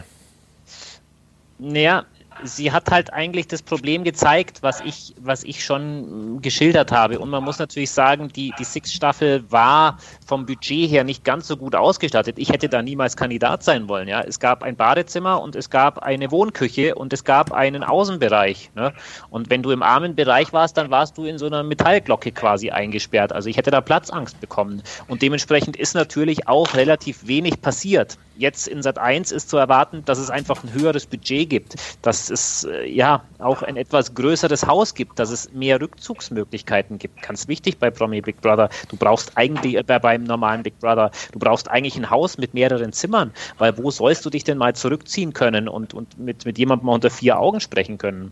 Naja, sie hat halt eigentlich das Problem gezeigt, was ich schon geschildert habe. Und man muss natürlich sagen, die Six-Staffel war vom Budget her nicht ganz so gut ausgestattet. Ich hätte da niemals Kandidat sein wollen. Ja, es gab ein Badezimmer und es gab eine Wohnküche und es gab einen Außenbereich. Ne? Und wenn du im armen Bereich warst, dann warst du in so einer Metallglocke quasi eingesperrt. Also ich hätte da Platzangst bekommen. Und dementsprechend ist natürlich auch relativ wenig passiert. Jetzt in Sat.1 ist zu erwarten, dass es einfach ein höheres Budget gibt, dass es auch ein etwas größeres Haus gibt, dass es mehr Rückzugsmöglichkeiten gibt. Ganz wichtig bei Promi Big Brother. Du brauchst eigentlich beim normalen Big Brother, du brauchst eigentlich ein Haus mit mehreren Zimmern, weil wo sollst du dich denn mal zurückziehen können und mit jemandem mal unter 4 Augen sprechen können?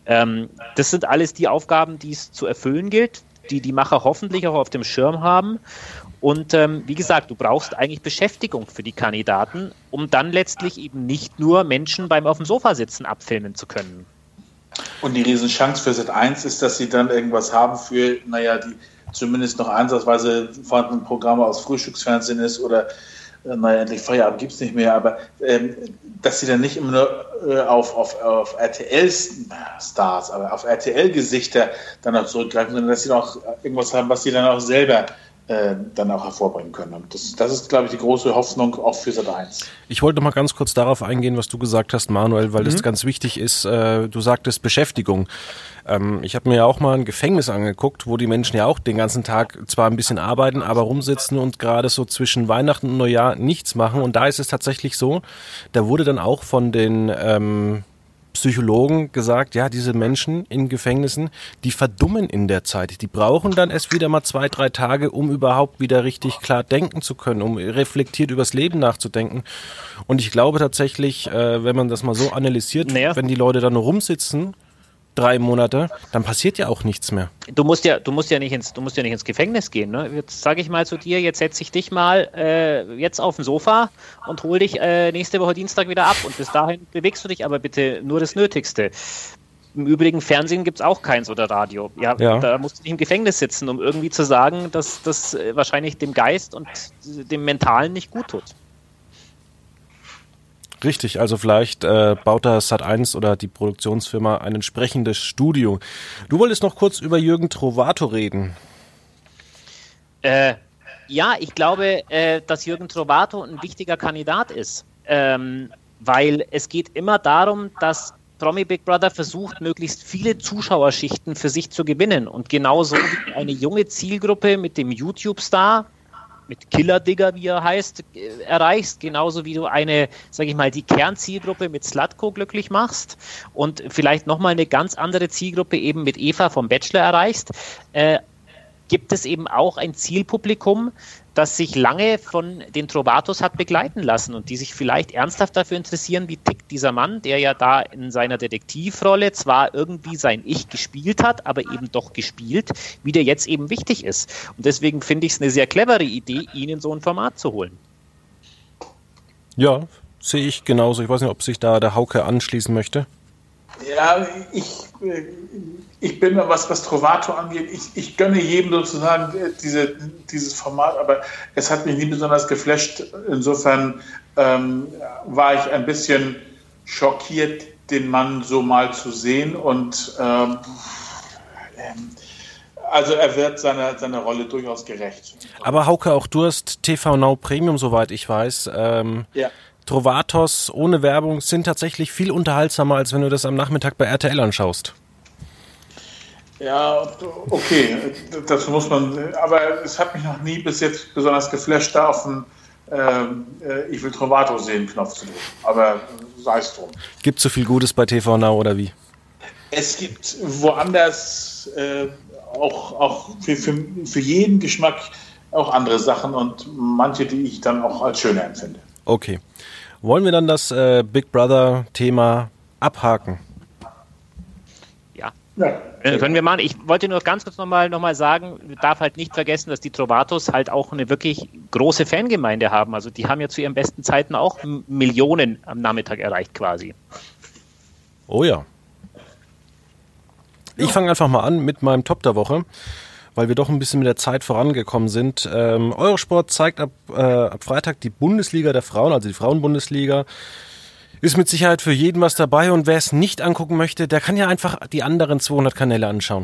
Das sind alles die Aufgaben, die es zu erfüllen gilt, die Macher hoffentlich auch auf dem Schirm haben. Und wie gesagt, du brauchst eigentlich Beschäftigung für die Kandidaten, um dann letztlich eben nicht nur Menschen beim auf dem Sofa sitzen abfilmen zu können. Und die Riesenchance für Sat.1 ist, dass sie dann irgendwas haben für, die zumindest noch ansatzweise vorhandenen Programme aus Frühstücksfernsehen ist oder endlich Feierabend gibt es nicht mehr, aber dass sie dann nicht immer nur auf RTL-Stars, aber auf RTL-Gesichter dann auch zurückgreifen, sondern dass sie auch irgendwas haben, was sie dann auch selber dann auch hervorbringen können. Und das ist, glaube ich, die große Hoffnung auch für Sat.1. Ich wollte noch mal ganz kurz darauf eingehen, was du gesagt hast, Manuel, weil das ganz wichtig ist. Du sagtest Beschäftigung. Ich habe mir ja auch mal ein Gefängnis angeguckt, wo die Menschen ja auch den ganzen Tag zwar ein bisschen arbeiten, aber rumsitzen und gerade so zwischen Weihnachten und Neujahr nichts machen. Und da ist es tatsächlich so, da wurde dann auch von den Psychologen gesagt, ja, diese Menschen in Gefängnissen, die verdummen in der Zeit. Die brauchen dann erst wieder mal 2-3 Tage, um überhaupt wieder richtig klar denken zu können, um reflektiert übers Leben nachzudenken. Und ich glaube tatsächlich, wenn man das mal so analysiert, wenn die Leute dann nur rumsitzen, 3 Monate, dann passiert ja auch nichts mehr. Du musst ja nicht ins Gefängnis gehen. Ne? Jetzt sage ich mal zu dir, jetzt setze ich dich mal jetzt auf den Sofa und hol dich nächste Woche Dienstag wieder ab. Und bis dahin bewegst du dich aber bitte nur das Nötigste. Im Übrigen, Fernsehen gibt es auch keins oder Radio. Ja. Da musst du nicht im Gefängnis sitzen, um irgendwie zu sagen, dass das wahrscheinlich dem Geist und dem Mentalen nicht gut tut. Richtig, also vielleicht baut da Sat.1 oder die Produktionsfirma ein entsprechendes Studio. Du wolltest noch kurz über Jürgen Trovato reden. Ja, ich glaube, dass Jürgen Trovato ein wichtiger Kandidat ist, weil es geht immer darum, dass Promi Big Brother versucht, möglichst viele Zuschauerschichten für sich zu gewinnen und genauso wie eine junge Zielgruppe mit dem YouTube-Star Killer-Digger, wie er heißt, erreichst, genauso wie du die Kernzielgruppe mit Slatko glücklich machst und vielleicht nochmal eine ganz andere Zielgruppe eben mit Eva vom Bachelor erreichst, gibt es eben auch ein Zielpublikum, das sich lange von den Trovatos hat begleiten lassen und die sich vielleicht ernsthaft dafür interessieren, wie tickt dieser Mann, der ja da in seiner Detektivrolle zwar irgendwie sein Ich gespielt hat, aber eben doch gespielt, wie der jetzt eben wichtig ist. Und deswegen finde ich es eine sehr clevere Idee, ihn in so ein Format zu holen. Ja, sehe ich genauso. Ich weiß nicht, ob sich da der Hauke anschließen möchte. Ja, ich bin, was Trovato angeht, ich gönne jedem sozusagen dieses Format, aber es hat mich nie besonders geflasht. Insofern war ich ein bisschen schockiert, den Mann so mal zu sehen und also er wird seiner Rolle durchaus gerecht. Aber Hauke, auch du hast TV Now Premium, soweit ich weiß. Ja. Trovatos ohne Werbung sind tatsächlich viel unterhaltsamer, als wenn du das am Nachmittag bei RTL anschaust. Ja, okay, das muss man, aber es hat mich noch nie bis jetzt besonders geflasht, da auf den Ich will Trovato sehen Knopf zu drücken, aber sei es drum. Gibt es so viel Gutes bei TV Now oder wie? Es gibt woanders auch für jeden Geschmack auch andere Sachen und manche, die ich dann auch als schöner empfinde. Okay. Wollen wir dann das Big Brother-Thema abhaken? Ja. Können wir machen. Ich wollte nur ganz kurz nochmal sagen, man darf halt nicht vergessen, dass die Trovatos halt auch eine wirklich große Fangemeinde haben. Also die haben ja zu ihren besten Zeiten auch Millionen am Nachmittag erreicht quasi. Oh ja. Ich fange einfach mal an mit meinem Top der Woche, weil wir doch ein bisschen mit der Zeit vorangekommen sind. Eurosport zeigt ab Freitag die Bundesliga der Frauen, also die Frauenbundesliga. Ist mit Sicherheit für jeden was dabei und wer es nicht angucken möchte, der kann ja einfach die anderen 200 Kanäle anschauen.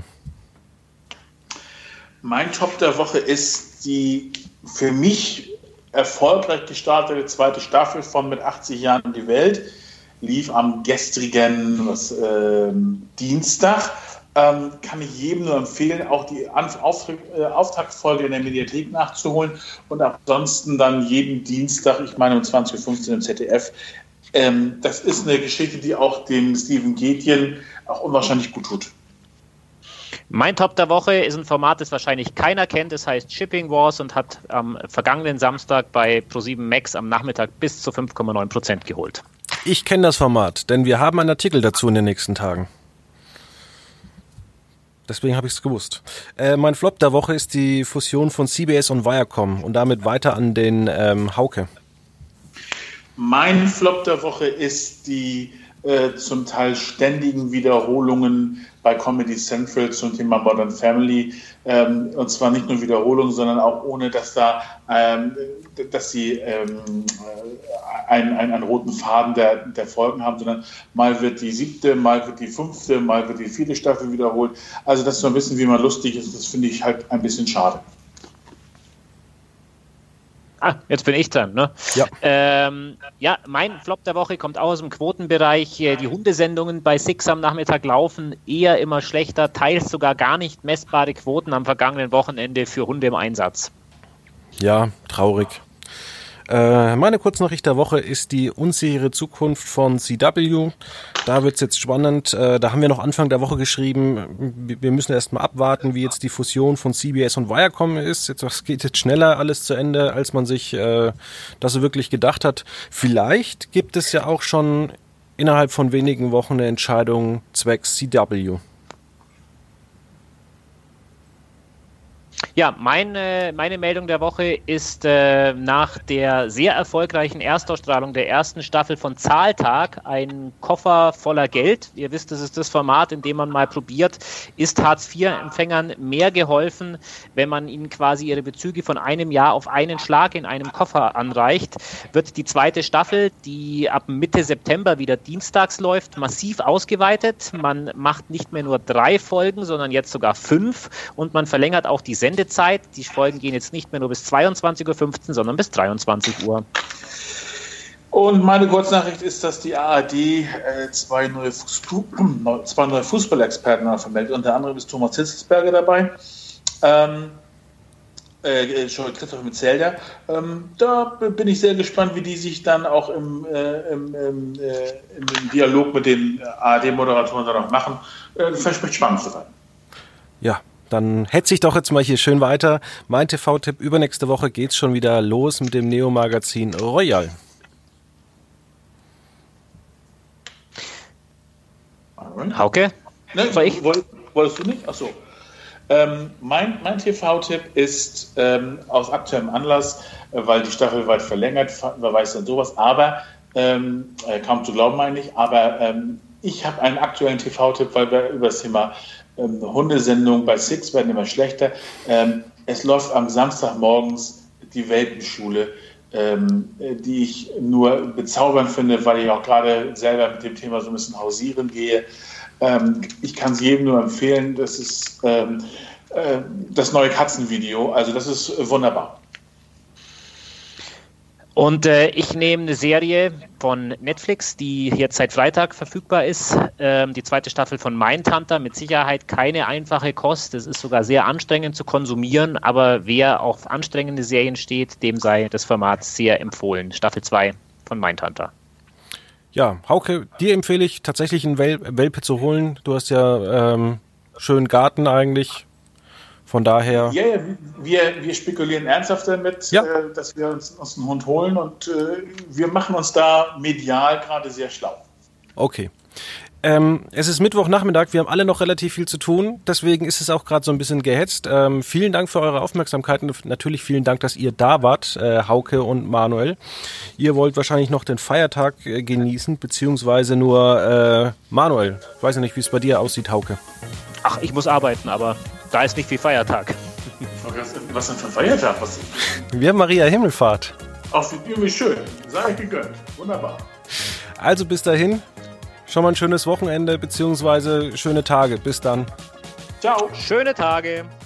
Mein Top der Woche ist die für mich erfolgreich gestartete zweite Staffel von Mit 80 Jahren die Welt. Lief am gestrigen Dienstag. Kann ich jedem nur empfehlen, auch die Auftaktfolge in der Mediathek nachzuholen und ansonsten dann jeden Dienstag, ich meine um 20.15 Uhr im ZDF. Das ist eine Geschichte, die auch dem Steven Gätjen auch unwahrscheinlich gut tut. Mein Top der Woche ist ein Format, das wahrscheinlich keiner kennt. Das heißt Shipping Wars und hat am vergangenen Samstag bei Pro7 Max am Nachmittag bis zu 5,9% geholt. Ich kenne das Format, denn wir haben einen Artikel dazu in den nächsten Tagen. Deswegen habe ich es gewusst. Mein Flop der Woche ist die Fusion von CBS und Viacom und damit weiter an den Hauke. Mein Flop der Woche ist die zum Teil ständigen Wiederholungen bei Comedy Central zum Thema Modern Family. Und zwar nicht nur Wiederholungen, sondern auch ohne, dass sie einen roten Faden der Folgen haben, sondern mal wird die 7., mal wird die 5., mal wird die 4. Staffel wiederholt. Also das ist so ein bisschen, wie man lustig ist. Das finde ich halt ein bisschen schade. Jetzt bin ich dran, ne? Ja. Mein Flop der Woche kommt auch aus dem Quotenbereich. Die Hundesendungen bei Six am Nachmittag laufen eher immer schlechter, teils sogar gar nicht messbare Quoten am vergangenen Wochenende für Hunde im Einsatz. Ja, traurig. Meine Kurznachricht der Woche ist die unsichere Zukunft von CW. Da wird es jetzt spannend. Da haben wir noch Anfang der Woche geschrieben, wir müssen erst mal abwarten, wie jetzt die Fusion von CBS und Viacom ist. Das geht jetzt schneller alles zu Ende, als man sich das so wirklich gedacht hat. Vielleicht gibt es ja auch schon innerhalb von wenigen Wochen eine Entscheidung zwecks CW. Ja, meine Meldung der Woche ist nach der sehr erfolgreichen Erstausstrahlung der ersten Staffel von Zahltag ein Koffer voller Geld. Ihr wisst, das ist das Format, in dem man mal probiert, ist Hartz-IV-Empfängern mehr geholfen, wenn man ihnen quasi ihre Bezüge von einem Jahr auf einen Schlag in einem Koffer anreicht, wird die zweite Staffel, die ab Mitte September wieder dienstags läuft, massiv ausgeweitet. Man macht nicht mehr nur 3 Folgen, sondern jetzt sogar 5 und man verlängert auch die Sendezeit. Die Folgen gehen jetzt nicht mehr nur bis 22.15 Uhr, sondern bis 23 Uhr. Und meine Kurznachricht ist, dass die ARD zwei neue Fußballexperten vermeldet. Unter anderem ist Thomas Hitzelsberger dabei. Christoph Metzelder. Da bin ich sehr gespannt, wie die sich dann auch im Dialog mit den ARD-Moderatoren dann auch machen. Das verspricht spannend zu sein. Ja, dann hetze ich doch jetzt mal hier schön weiter. Mein TV-Tipp, übernächste Woche geht's schon wieder los mit dem Neo-Magazin Royal. Hauke? Ne, wolltest du nicht? Achso. Mein TV-Tipp ist aus aktuellem Anlass, weil die Staffel weit verlängert, wer weiß denn sowas, aber kaum zu glauben eigentlich, aber ich habe einen aktuellen TV-Tipp, weil wir über das Thema Hundesendung bei Six werden immer schlechter. Es läuft am Samstagmorgens die Welpenschule, die ich nur bezaubernd finde, weil ich auch gerade selber mit dem Thema so ein bisschen hausieren gehe. Ich kann es jedem nur empfehlen, das ist das neue Katzenvideo, also das ist wunderbar. Und ich nehme eine Serie von Netflix, die jetzt seit Freitag verfügbar ist, die zweite Staffel von Mindhunter, mit Sicherheit keine einfache Kost, es ist sogar sehr anstrengend zu konsumieren, aber wer auf anstrengende Serien steht, dem sei das Format sehr empfohlen, Staffel 2 von Mindhunter. Ja, Hauke, dir empfehle ich tatsächlich einen Welpe zu holen. Du hast ja schönen Garten eigentlich. Von daher. Ja, wir spekulieren ernsthaft damit, dass wir uns einen Hund holen und wir machen uns da medial gerade sehr schlau. Okay. Es ist Mittwochnachmittag, wir haben alle noch relativ viel zu tun, deswegen ist es auch gerade so ein bisschen gehetzt. Vielen Dank für eure Aufmerksamkeit und natürlich vielen Dank, dass ihr da wart, Hauke und Manuel. Ihr wollt wahrscheinlich noch den Feiertag genießen, beziehungsweise nur Manuel. Ich weiß ja nicht, wie es bei dir aussieht, Hauke. Ach, ich muss arbeiten, aber da ist nicht viel Feiertag. Was denn für ein Feiertag? Wir haben Maria Himmelfahrt. Ach, wie schön. Sei gegönnt. Wunderbar. Also bis dahin, schon mal ein schönes Wochenende beziehungsweise schöne Tage. Bis dann. Ciao. Schöne Tage.